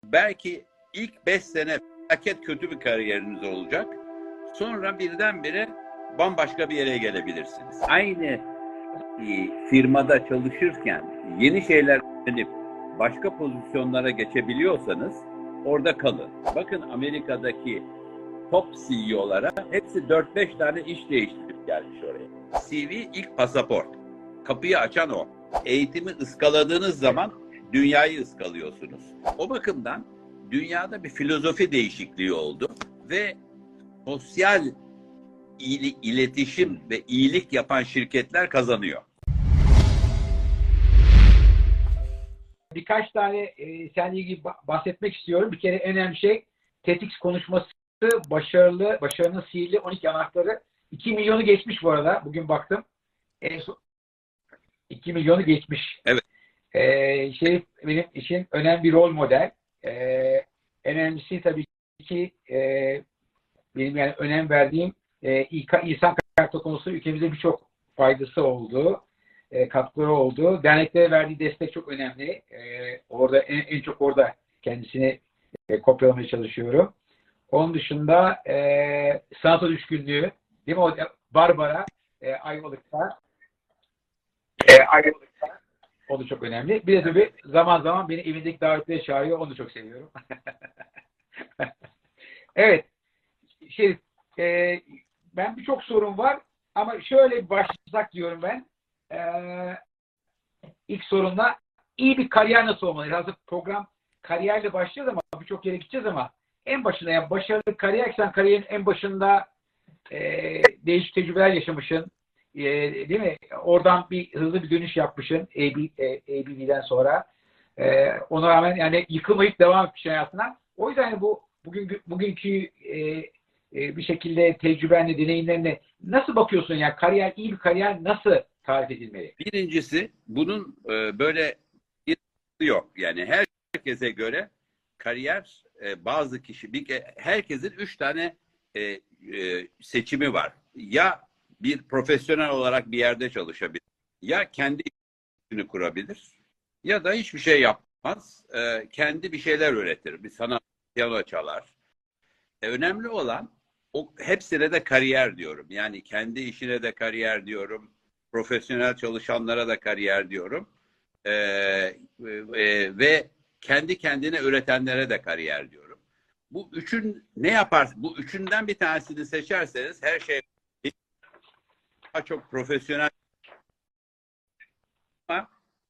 Belki ilk 5 sene felaket kötü bir kariyeriniz olacak. Sonra birdenbire bambaşka bir yere gelebilirsiniz. Aynı firmada çalışırken yeni şeyler öğrenip başka pozisyonlara geçebiliyorsanız orada kalın. Bakın Amerika'daki top CEO'lara hepsi 4-5 tane iş değiştirip gelmiş oraya. CV ilk pasaport. Kapıyı açan o. Eğitimi ıskaladığınız zaman dünyayı ıskalıyorsunuz. O bakımdan dünyada bir filozofi değişikliği oldu ve sosyal iletişim ve iyilik yapan şirketler kazanıyor. Birkaç tane seninle ilgili bahsetmek istiyorum. Bir kere en önemli şey TEDx konuşması başarının sihirli 12 anahtarı. 2 milyonu geçmiş bu arada. Bugün baktım. 2 milyonu geçmiş. Evet. Benim için önemli bir rol model. En önemlisi tabii ki benim yani önem verdiğim insan kaynakları konusu ülkemize birçok faydası oldu. Katkıları oldu. Derneklere verdiği destek çok önemli. Orada en çok orada kendisini kopyalamaya çalışıyorum. Onun dışında sanata düşkünlüğü, değil mi? O Barbara Ayvalık'ta. O da çok önemli. Bir de tabii zaman zaman beni evindeki davetlere çağırıyor. Onu da çok seviyorum. Evet. Ben birçok sorun var ama şöyle bir başlasak diyorum ben. İlk sorunla iyi bir kariyer nasıl olmalı? Hazır program kariyerle başlayacağız ama birçok yere gideceğiz ama en başında yani başarılı kariyer, sen kariyerin en başında değişik tecrübeler yaşamışsın. Değil mi? Oradan bir hızlı bir dönüş yapmışsın ABB'den sonra. Ona rağmen yani yıkılmayıp devam etmiş hayatına. O yüzden yani bugünkü bir şekilde tecrübenle, deneyimlerine nasıl bakıyorsun? Yani kariyer, iyi bir kariyer nasıl tarif edilmeli? Birincisi bunun böyle bir yok. Yani herkese göre kariyer bazı herkesin 3 tane seçimi var. Ya bir profesyonel olarak bir yerde çalışabilir, ya kendi işini kurabilir, ya da hiçbir şey yapmaz. Kendi bir şeyler üretir. Bir sanat, piyano çalar. Önemli olan hepsine de kariyer diyorum. Yani kendi işine de kariyer diyorum. Profesyonel çalışanlara da kariyer diyorum. Ve kendi kendine üretenlere de kariyer diyorum. Bu ne yaparsın? Bu üçünden bir tanesini seçerseniz her şey daha çok profesyonel ama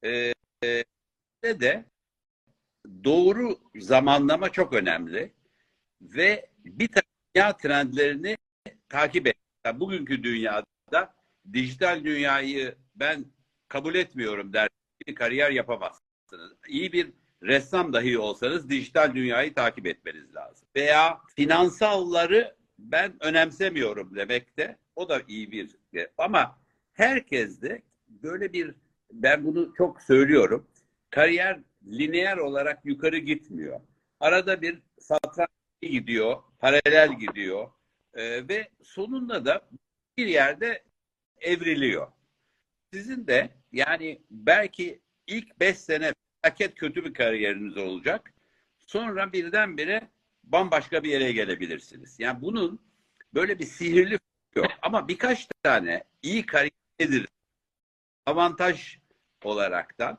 de doğru zamanlama çok önemli ve bir dünya trendlerini takip et. Yani bugünkü dünyada dijital dünyayı ben kabul etmiyorum der bir kariyer yapamazsınız. İyi bir ressam dahi olsanız dijital dünyayı takip etmeniz lazım. Veya finansalları ben önemsemiyorum demekte. O da iyi bir ama herkes de böyle ben bunu çok söylüyorum. Kariyer lineer olarak yukarı gitmiyor. Arada bir satranç gidiyor, paralel gidiyor ve sonunda da bir yerde evriliyor. Sizin de yani belki ilk 5 sene felaket kötü bir kariyeriniz olacak. Sonra birdenbire bambaşka bir yere gelebilirsiniz. Yani bunun böyle bir sihirli yok. Ama birkaç tane iyi kariyer avantaj olaraktan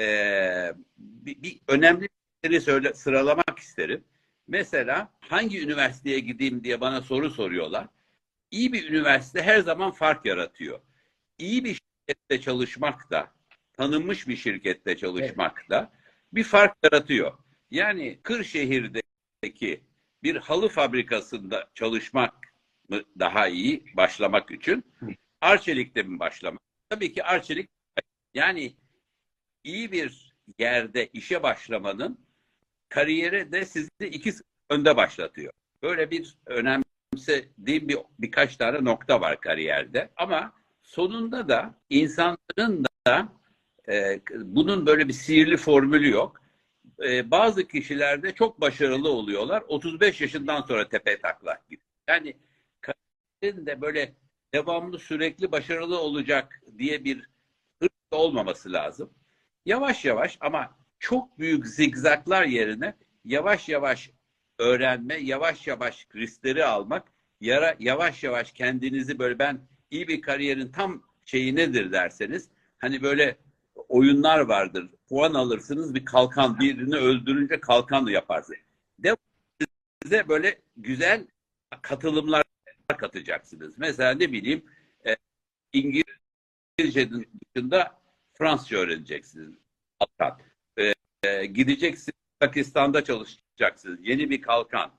bir önemli bir sıralamak isterim. Mesela hangi üniversiteye gideyim diye bana soru soruyorlar. İyi bir üniversite her zaman fark yaratıyor. İyi bir şirkette çalışmak da, tanınmış bir şirkette çalışmak da bir fark yaratıyor. Yani Kırşehir'deki bir halı fabrikasında çalışmak mı daha iyi başlamak için? Arçelik'te mi başlamak? Tabii ki Arçelik. Yani iyi bir yerde işe başlamanın kariyere de sizi 2 sene önde başlatıyor. Böyle bir önemsediğim birkaç tane nokta var kariyerde. Ama sonunda da insanların da bunun böyle bir sihirli formülü yok. Bazı kişilerde çok başarılı oluyorlar. 35 yaşından sonra tepe taklak gidiyor. Yani kariyerin de böyle devamlı sürekli başarılı olacak diye bir hırs olmaması lazım. Yavaş yavaş ama çok büyük zigzaklar yerine yavaş yavaş öğrenme, yavaş yavaş riskleri almak, yavaş yavaş kendinizi böyle ben iyi bir kariyerin tam şeyi nedir derseniz hani böyle oyunlar vardır. Puan alırsınız bir kalkan birini öldürünce kalkan yaparsınız. De size böyle güzel katılımlar katacaksınız. Mesela ne bileyim İngilizcenin dışında Fransızca öğreneceksiniz. Gideceksiniz Pakistan'da çalışacaksınız. Yeni bir kalkan.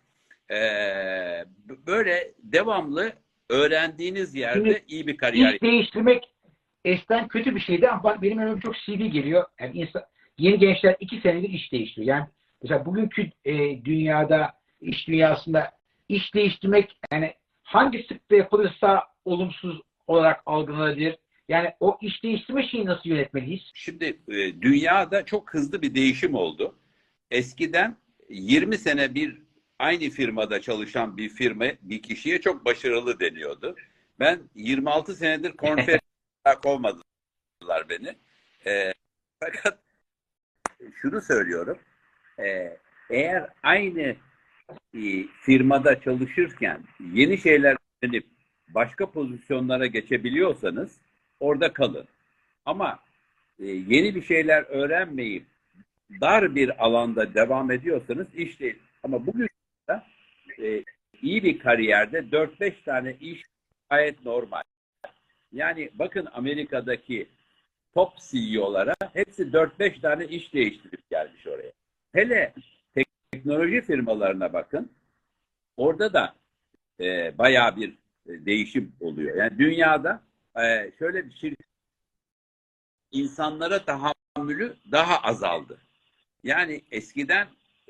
Böyle devamlı öğrendiğiniz yerde iyi bir kariyer. İş değiştirmek eskiden kötü bir şeydi ama benim önüme çok CV geliyor. Yani yeni gençler 2 senedir iş değiştiriyor. Yani mesela bugünkü dünyada, iş dünyasında iş değiştirmek yani hangi sıklıkta yapılırsa olumsuz olarak algılanabilir. Yani o iş değiştirme şeyi nasıl yönetmeliyiz? Şimdi dünyada çok hızlı bir değişim oldu. Eskiden 20 sene aynı firmada çalışan bir kişiye çok başarılı deniyordu. Ben 26 senedir Kornfer'e kovmadılar beni. Fakat şunu söylüyorum. Eğer aynı firmada çalışırken yeni şeyler öğrenip başka pozisyonlara geçebiliyorsanız orada kalın. Ama yeni bir şeyler öğrenmeyip dar bir alanda devam ediyorsanız iş değil. Ama bugün iyi bir kariyerde 4-5 tane iş gayet normal. Yani bakın Amerika'daki top CEO'lara hepsi 4-5 tane iş değiştirip gelmiş oraya. Hele teknoloji firmalarına bakın. Orada da bayağı bir değişim oluyor. Yani dünyada şöyle bir şey, insanlara tahammülü daha azaldı. Yani eskiden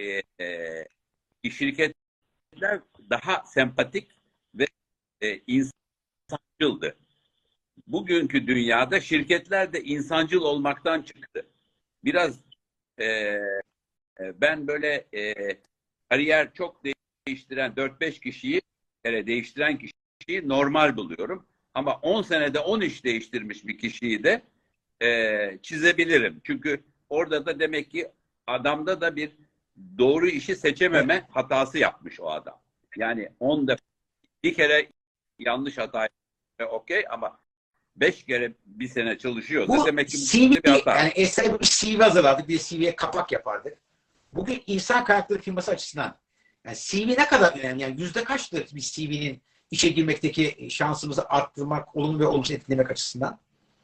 şirketler daha sempatik ve insancıldı. Bugünkü dünyada şirketler de insancıl olmaktan çıktı. Biraz ben böyle kariyer çok değiştiren 4-5 kişiyi değiştiren kişiyi normal buluyorum. Ama 10 senede 10 iş değiştirmiş bir kişiyi de çizebilirim. Çünkü orada da demek ki adamda da bir doğru işi seçememe hatası yapmış o adam. Yani 10 defa bir kere yanlış hata okey ama 5 kere bir sene çalışıyorsa Bu demek ki CV, bir hata. yani eskiden bir CV hazırlardık, bir CV'ye kapak yapardık. Bugün insan kaynakları firması açısından yani CV ne kadar önemli? Yani yüzde kaçtır bir CV'nin işe girmekteki şansımızı arttırmak, olumlu ve olumsuz etkilemek açısından?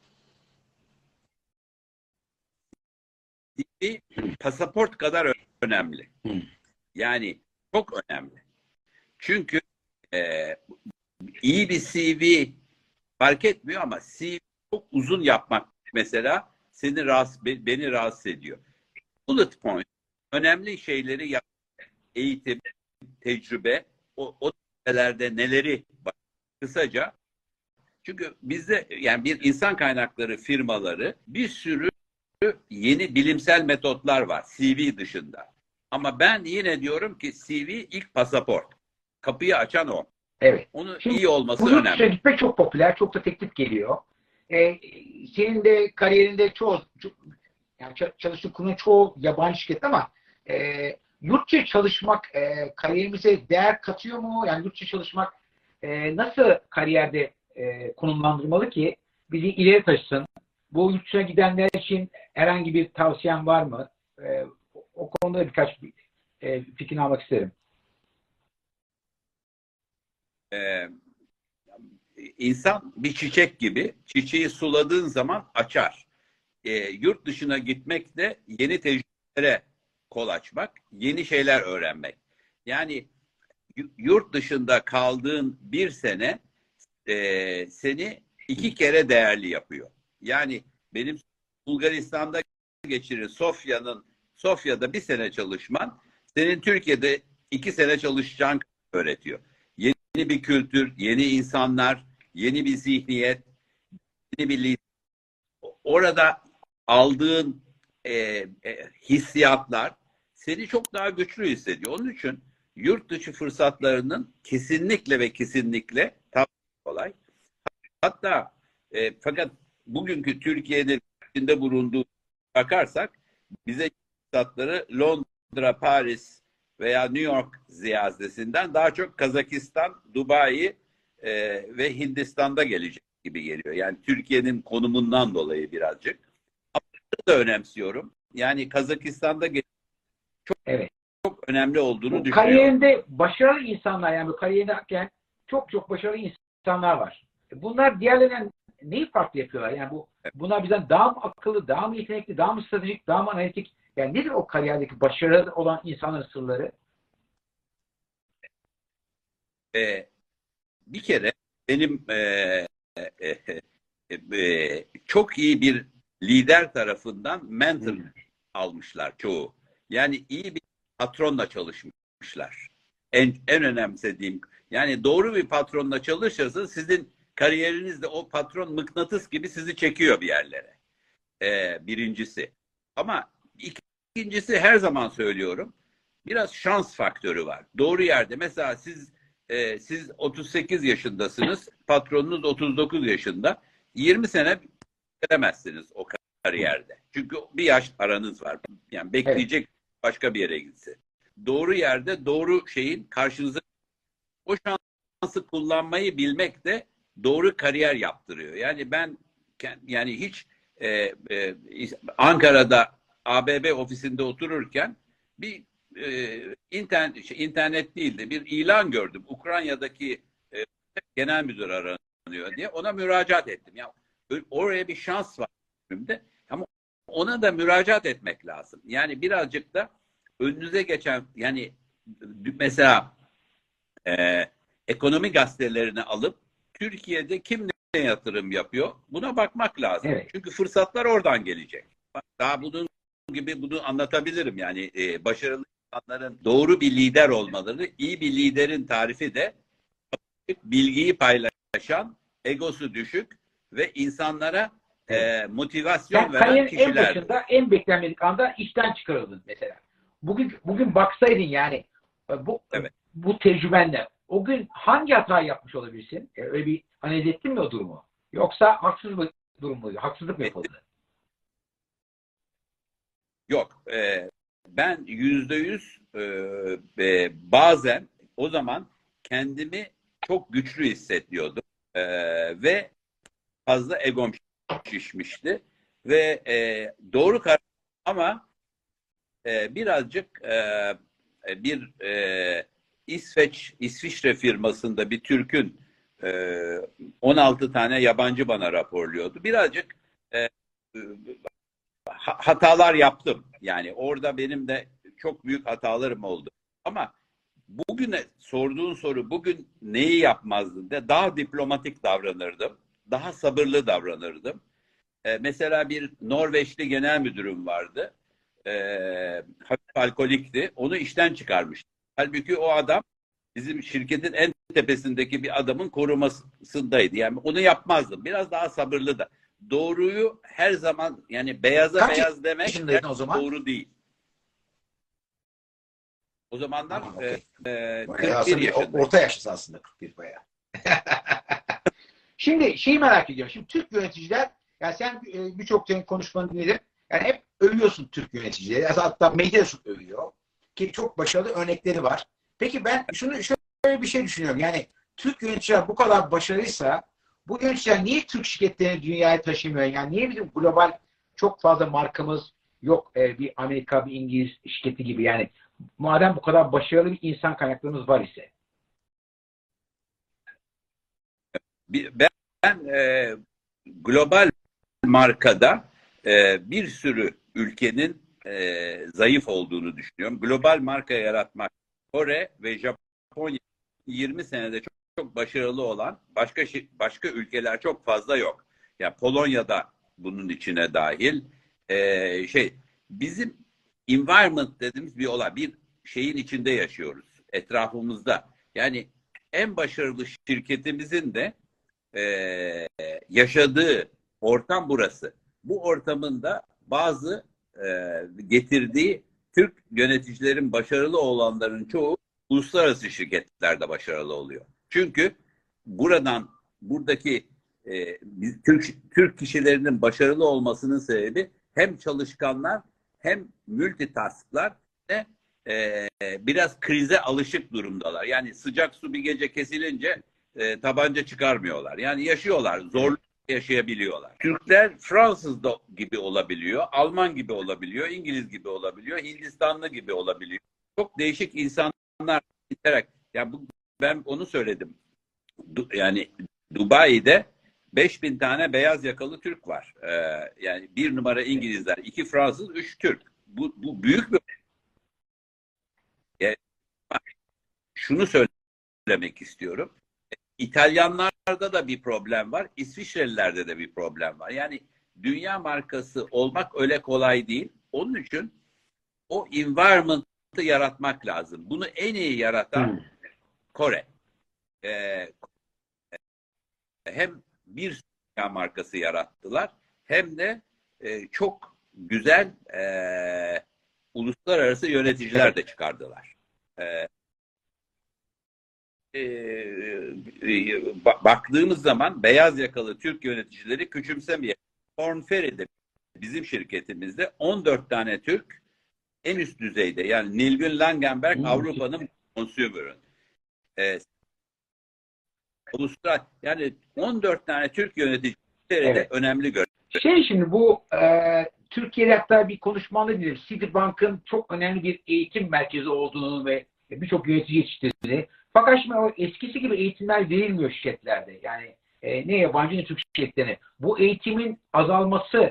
CV pasaport kadar önemli. Yani çok önemli. Çünkü iyi bir CV fark etmiyor ama CV çok uzun yapmak mesela beni rahatsız ediyor. Bullet point önemli şeyleri yap, eğitim, tecrübe, o nelerde neleri var. Kısaca çünkü bizde yani bir insan kaynakları firmaları bir sürü yeni bilimsel metotlar var CV dışında. Ama ben yine diyorum ki CV ilk pasaport. Kapıyı açan o. Evet. Onun Şimdi iyi olması bu yurt dışına önemli. gitmek çok popüler, çok da teklif geliyor. Senin de kariyerinde yani çalıştığın kurumun çoğu yabancı şirket ama yurt dışı çalışmak kariyerimize değer katıyor mu? Yani yurt dışı çalışmak nasıl kariyerde konumlandırmalı ki bizi ileri taşısın? Bu yurt dışına gidenler için herhangi bir tavsiyen var mı? O konuda da birkaç fikrini almak isterim. Ee, insan bir çiçek gibi çiçeği suladığın zaman açar. Yurt dışına gitmek de yeni tecrübelere kol açmak, yeni şeyler öğrenmek. Yani yurt dışında kaldığın bir sene seni 2 kere değerli yapıyor. Yani benim Bulgaristan'da geçirir Sofya'da bir sene çalışman senin Türkiye'de 2 sene çalışacağın öğretiyor. Yeni bir kültür, yeni insanlar, yeni bir zihniyet, yeni bir lisan. Orada aldığın hissiyatlar seni çok daha güçlü hissediyor. Onun için yurt dışı fırsatlarının kesinlikle ve kesinlikle tam kolay. Hatta fakat bugünkü Türkiye'nin içinde bulunduğu bakarsak bize fırsatları Londra, Londra, Paris veya New York ziyadesinden daha çok Kazakistan, Dubai ve Hindistan'da gelecek gibi geliyor. Yani Türkiye'nin konumundan dolayı birazcık. Ama bunu da önemsiyorum. Yani Kazakistan'da Evet. çok önemli olduğunu Bu düşünüyorum. kariyerinde başarılı insanlar, yani bu kariyerindeyken çok başarılı insanlar var. Bunlar diğerlerinden neyi farklı yapıyorlar? Yani bunlar bizden daha mı akıllı, daha mı yetenekli, daha mı stratejik, daha mı analitik? Yani nedir o kariyerdeki başarılı olan insanların sırları? Bir kere benim çok iyi bir lider tarafından mentor almışlar çoğu. Yani iyi bir patronla çalışmışlar. En önemsediğim, yani doğru bir patronla çalışırsanız sizin kariyerinizde o patron mıknatıs gibi sizi çekiyor bir yerlere. Birincisi. Ama ikincisi, her zaman söylüyorum, biraz şans faktörü var. Doğru yerde. Mesela siz 38 yaşındasınız, patronunuz 39 yaşında. 20 sene veremezsiniz o kariyerde. Çünkü bir yaş aranız var. Yani bekleyecek, başka bir yere gitsin. Doğru yerde doğru şeyin karşınıza, o şansı kullanmayı bilmek de doğru kariyer yaptırıyor. Yani ben hiç Ankara'da ABB ofisinde otururken bir internet değildi, bir ilan gördüm. Ukrayna'daki genel müdür aranıyor diye. Ona müracaat ettim. Ya oraya bir şans var önümde. Ama ona da müracaat etmek lazım. Yani birazcık da önünüze geçen, yani mesela ekonomi gazetelerini alıp Türkiye'de kim ne yatırım yapıyor, buna bakmak lazım. Evet. Çünkü fırsatlar oradan gelecek. Daha bunun gibi bunu anlatabilirim. Yani başarılı insanların doğru bir lider olmaları, iyi bir liderin tarifi de bilgiyi paylaşan, egosu düşük ve insanlara motivasyon Sen veren kariyerin en kişilerdir. başında, en beklenmedik anda işten çıkarıldın mesela. Bugün baksaydın, yani Evet. bu tecrübenle o gün hangi hata yapmış olabilirsin? Öyle bir analiz ettin mi o durumu? Yoksa haksız bir durum muydu? Haksızlık mı yapıldı? Yok. Ben %100 bazen o zaman kendimi çok güçlü hissediyordum. Ve fazla egom şişmişti. Ve doğru karar, ama birazcık bir İsviçre firmasında bir Türk'ün 16 tane yabancı bana raporluyordu. Birazcık e, hatalar yaptım. Yani orada benim de çok büyük hatalarım oldu. Ama bugüne sorduğun soru, bugün neyi yapmazdın de, daha diplomatik davranırdım. Daha sabırlı davranırdım. Mesela bir Norveçli genel müdürüm vardı. Hafif alkolikti. Onu işten çıkarmış. Halbuki o adam bizim şirketin en tepesindeki bir adamın korumasındaydı. Yani onu yapmazdım. Biraz daha sabırlı da. Doğruyu her zaman, yani beyaza Kaç beyaz demek yaşındaydın o zaman? doğru değil. O zamanlar Tamam, okey. 41 yaşındayım. Orta yaşlısı aslında 41 bayağı. Şimdi şeyi merak ediyorum. Şimdi Türk yöneticiler, yani sen birçok senin konuşmanı dinledim. Yani hep övüyorsun Türk yöneticileri. Hatta medya da çok övüyor. Ki çok başarılı örnekleri var. Peki ben şöyle bir şey düşünüyorum. Yani Türk yöneticiler bu kadar başarılıysa, bu yöneticiler niye Türk şirketlerini dünyaya taşımıyor? Yani niye bizim global çok fazla markamız yok, bir Amerika, bir İngiliz şirketi gibi? Yani madem bu kadar başarılı bir insan kaynaklarımız var ise. Ben global markada bir sürü ülkenin zayıf olduğunu düşünüyorum. Global marka yaratmak, Kore ve Japonya 20 senede çok başarılı olan başka ülkeler çok fazla yok. Ya Polonya'da bunun içine dahil. Bizim environment dediğimiz bir olay, bir şeyin içinde yaşıyoruz, etrafımızda. Yani en başarılı şirketimizin de yaşadığı ortam burası. Bu ortamın da bazı getirdiği, Türk yöneticilerin başarılı olanların çoğu uluslararası şirketlerde başarılı oluyor. Çünkü buradaki Türk kişilerinin başarılı olmasının sebebi hem çalışkanlar, hem multitasklar ve biraz krize alışık durumdalar. Yani sıcak su bir gece kesilince tabanca çıkarmıyorlar. Yani yaşıyorlar, zorluk yaşayabiliyorlar. Türkler Fransız da gibi olabiliyor, Alman gibi olabiliyor, İngiliz gibi olabiliyor, Hindistanlı gibi olabiliyor. Çok değişik insanlar. Ya ben onu söyledim. Yani Dubai'de 5.000 tane beyaz yakalı Türk var. Yani bir numara İngilizler, iki Fransız, üç Türk. Bu büyük bir... Yani şunu söylemek istiyorum. İtalyanlarda da bir problem var. İsviçrelilerde de bir problem var. Yani dünya markası olmak öyle kolay değil. Onun için o environment'ı yaratmak lazım. Bunu en iyi yaratan Kore. Ee, Hem bir dünya markası yarattılar hem de çok güzel uluslararası yöneticiler de çıkardılar. E, Baktığımız zaman beyaz yakalı Türk yöneticileri küçümsemeyen Korn Ferry'de bizim şirketimizde 14 tane Türk en üst düzeyde, yani Nilgün Langenberg Avrupa'nın consumer'ı. Yani 14 tane Türk yöneticileri de önemli görev. Şimdi bu Türkiye'de hatta bir konuşmalı diyelim. Citibank'ın çok önemli bir eğitim merkezi olduğunu ve birçok yönetici yetiştirdiğini. Fakat şimdi o eskisi gibi eğitimler verilmiyor şirketlerde. Yani ne yabancı ne Türk şirketlerine. Bu eğitimin azalması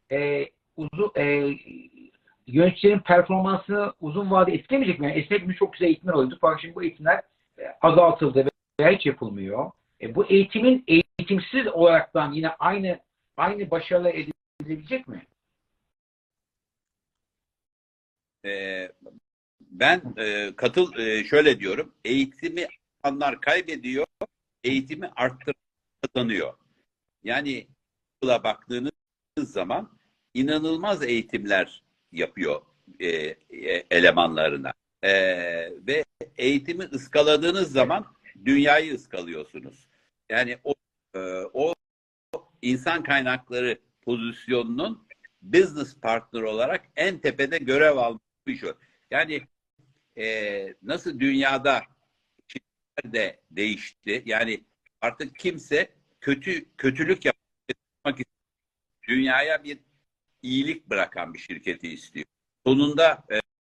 yöneticilerin performansını uzun vadede etkilemeyecek mi? Yani eskiden çok güzel eğitimler oluyordu. Fakat şimdi bu eğitimler azaltıldı veya hiç yapılmıyor. Bu eğitimin eğitimsiz olaraktan yine aynı başarılı elde edilebilecek mi? Ben şöyle diyorum. Eğitimi insanlar kaybediyor, eğitimi arttırıp kazanıyor. Yani yıla baktığınız zaman inanılmaz eğitimler yapıyor elemanlarına. Ve eğitimi ıskaladığınız zaman dünyayı ıskalıyorsunuz. Yani o insan kaynakları pozisyonunun business partner olarak en tepede görev almış o. Yani nasıl dünyada işler de değişti. Yani artık kimse kötülük yapmak istiyor. Dünyaya bir iyilik bırakan bir şirketi istiyor. Sonunda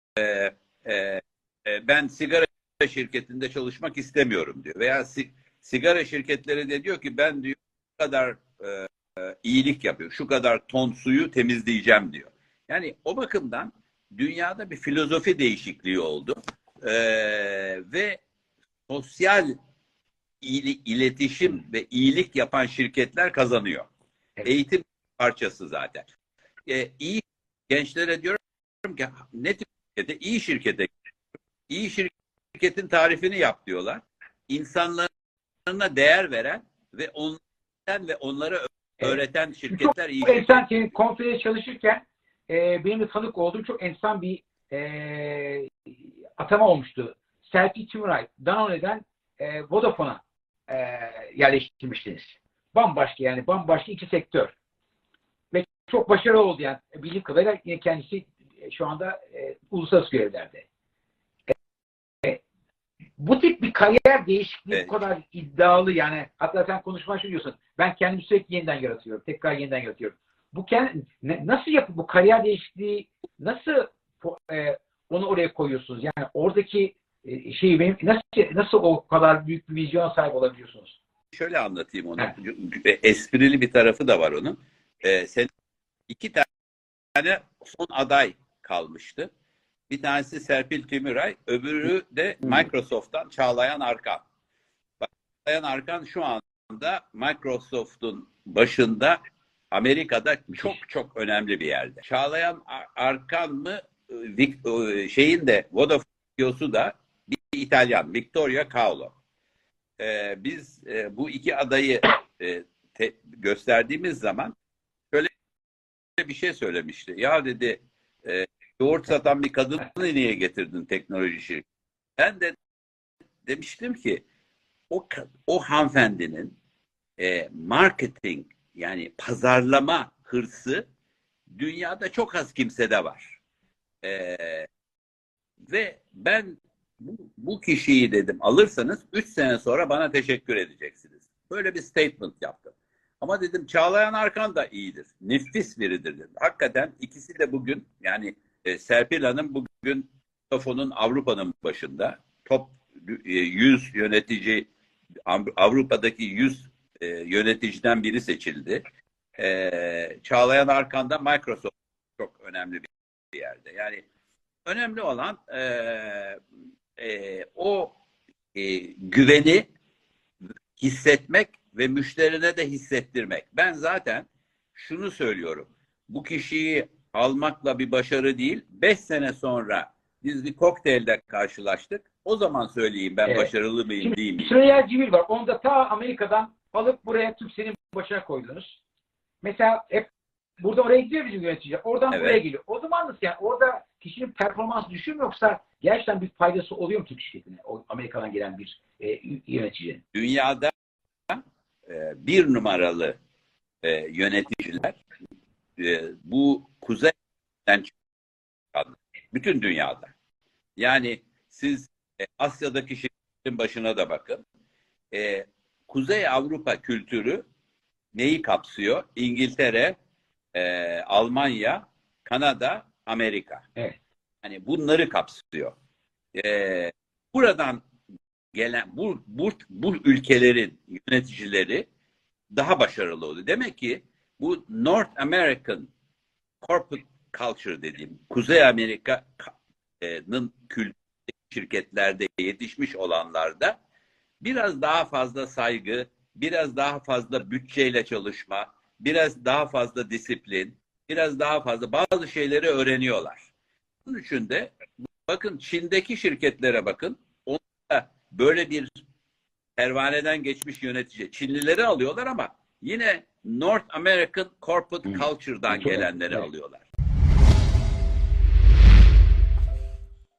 ben sigara şirketinde çalışmak istemiyorum diyor. Veya sigara şirketleri de diyor ki ben diyor bu kadar iyilik yapıyor. Şu kadar ton suyu temizleyeceğim diyor. Yani o bakımdan dünyada bir filozofi değişikliği oldu. Ve sosyal iletişim ve iyilik yapan şirketler kazanıyor. Evet. Eğitim parçası zaten. İyi gençlere diyorum ki ne tip şirkete? İyi şirketin tarifini yap diyorlar. İnsanlarına değer veren ve onlara öğreten şirketler iyi şirketler. Çok enteresan, konferans çalışırken benim de tanık olduğum çok enteresan bir atama olmuştu. Serpil Tümray, Danone'den Vodafone'a yerleştirmiştiniz. Bambaşka iki sektör. Ve çok başarılı oldu yani. Bildiğim kadarıyla yine kendisi şu anda uluslararası görevlerde. Bu tip bir kariyer değişikliği bu kadar iddialı yani. Hatta sen konuşma şunu diyorsun. Ben kendimi sürekli yeniden yaratıyorum. Tekrar yeniden yaratıyorum. Nasıl bu kariyer değişikliği nasıl onu oraya koyuyorsunuz? Yani oradaki şeyi nasıl o kadar büyük bir vizyon sahip olabiliyorsunuz? Şöyle anlatayım onu. Esprili bir tarafı da var onun. Sen iki tane son aday kalmıştı. Bir tanesi Serpil Tümüray, öbürü de Microsoft'tan Çağlayan Arkan. Çağlayan Arkan şu anda Microsoft'un başında Amerika'da çok önemli bir yerde. Çağlayan Arkan mı Vodafone CEO'su da bir İtalyan, Vittorio Caolo. Biz bu iki adayı gösterdiğimiz zaman şöyle bir şey söylemişti. Ya dedi yoğurt satan bir kadını niye getirdin teknoloji şirketi? Ben de demiştim ki o hanımefendinin marketing yani pazarlama hırsı dünyada çok az kimsede var. Ve ben bu kişiyi dedim alırsanız 3 sene sonra bana teşekkür edeceksiniz. Böyle bir statement yaptım. Ama dedim Çağlayan Arkan da iyidir. Nefis biridir dedim. Hakikaten ikisi de bugün yani Serpil Hanım bugün Vodafone'un Avrupa'nın başında. Top 100 yönetici, Avrupa'daki 100 yöneticiden biri seçildi. Çağlayan Arkan da Microsoft çok önemli bir yerde. Yani önemli olan o güveni hissetmek ve müşterine de hissettirmek. Ben zaten şunu söylüyorum. Bu kişiyi almakla bir başarı değil. 5 sene sonra biz bir kokteylde karşılaştık. O zaman söyleyeyim ben başarılı mıyım Şimdi, değil miyim? Süreyya Civil var. Onu da ta Amerika'dan alıp buraya Türkcell'in başına koydunuz. Mesela hep burada oraya gidiyor bizim yöneticiler. Oradan buraya geliyor. O zaman nasıl yani? Orada kişinin performansı düşüyor mu yoksa gerçekten bir faydası oluyor mu Türk şirketine? O Amerika'dan gelen bir yöneticinin. Dünyada bir numaralı yöneticiler bu kuzeyden çıkan bütün dünyada. Yani siz Asya'daki şirketin başına da bakın. Kuzey Avrupa kültürü neyi kapsıyor? İngiltere, Almanya, Kanada, Amerika. Evet. Yani bunları kapsıyor. Buradan gelen bu ülkelerin yöneticileri daha başarılı oldu. Demek ki bu North American corporate culture dediğim Kuzey Amerika'nın kültürü şirketlerde yetişmiş olanlarda biraz daha fazla saygı, biraz daha fazla bütçeyle çalışma, biraz daha fazla disiplin, biraz daha fazla bazı şeyleri öğreniyorlar. Bunun için de bakın Çin'deki şirketlere bakın. Onda böyle bir pervaneden geçmiş yönetici. Çinlileri alıyorlar ama yine North American Corporate Culture'dan gelenleri alıyorlar.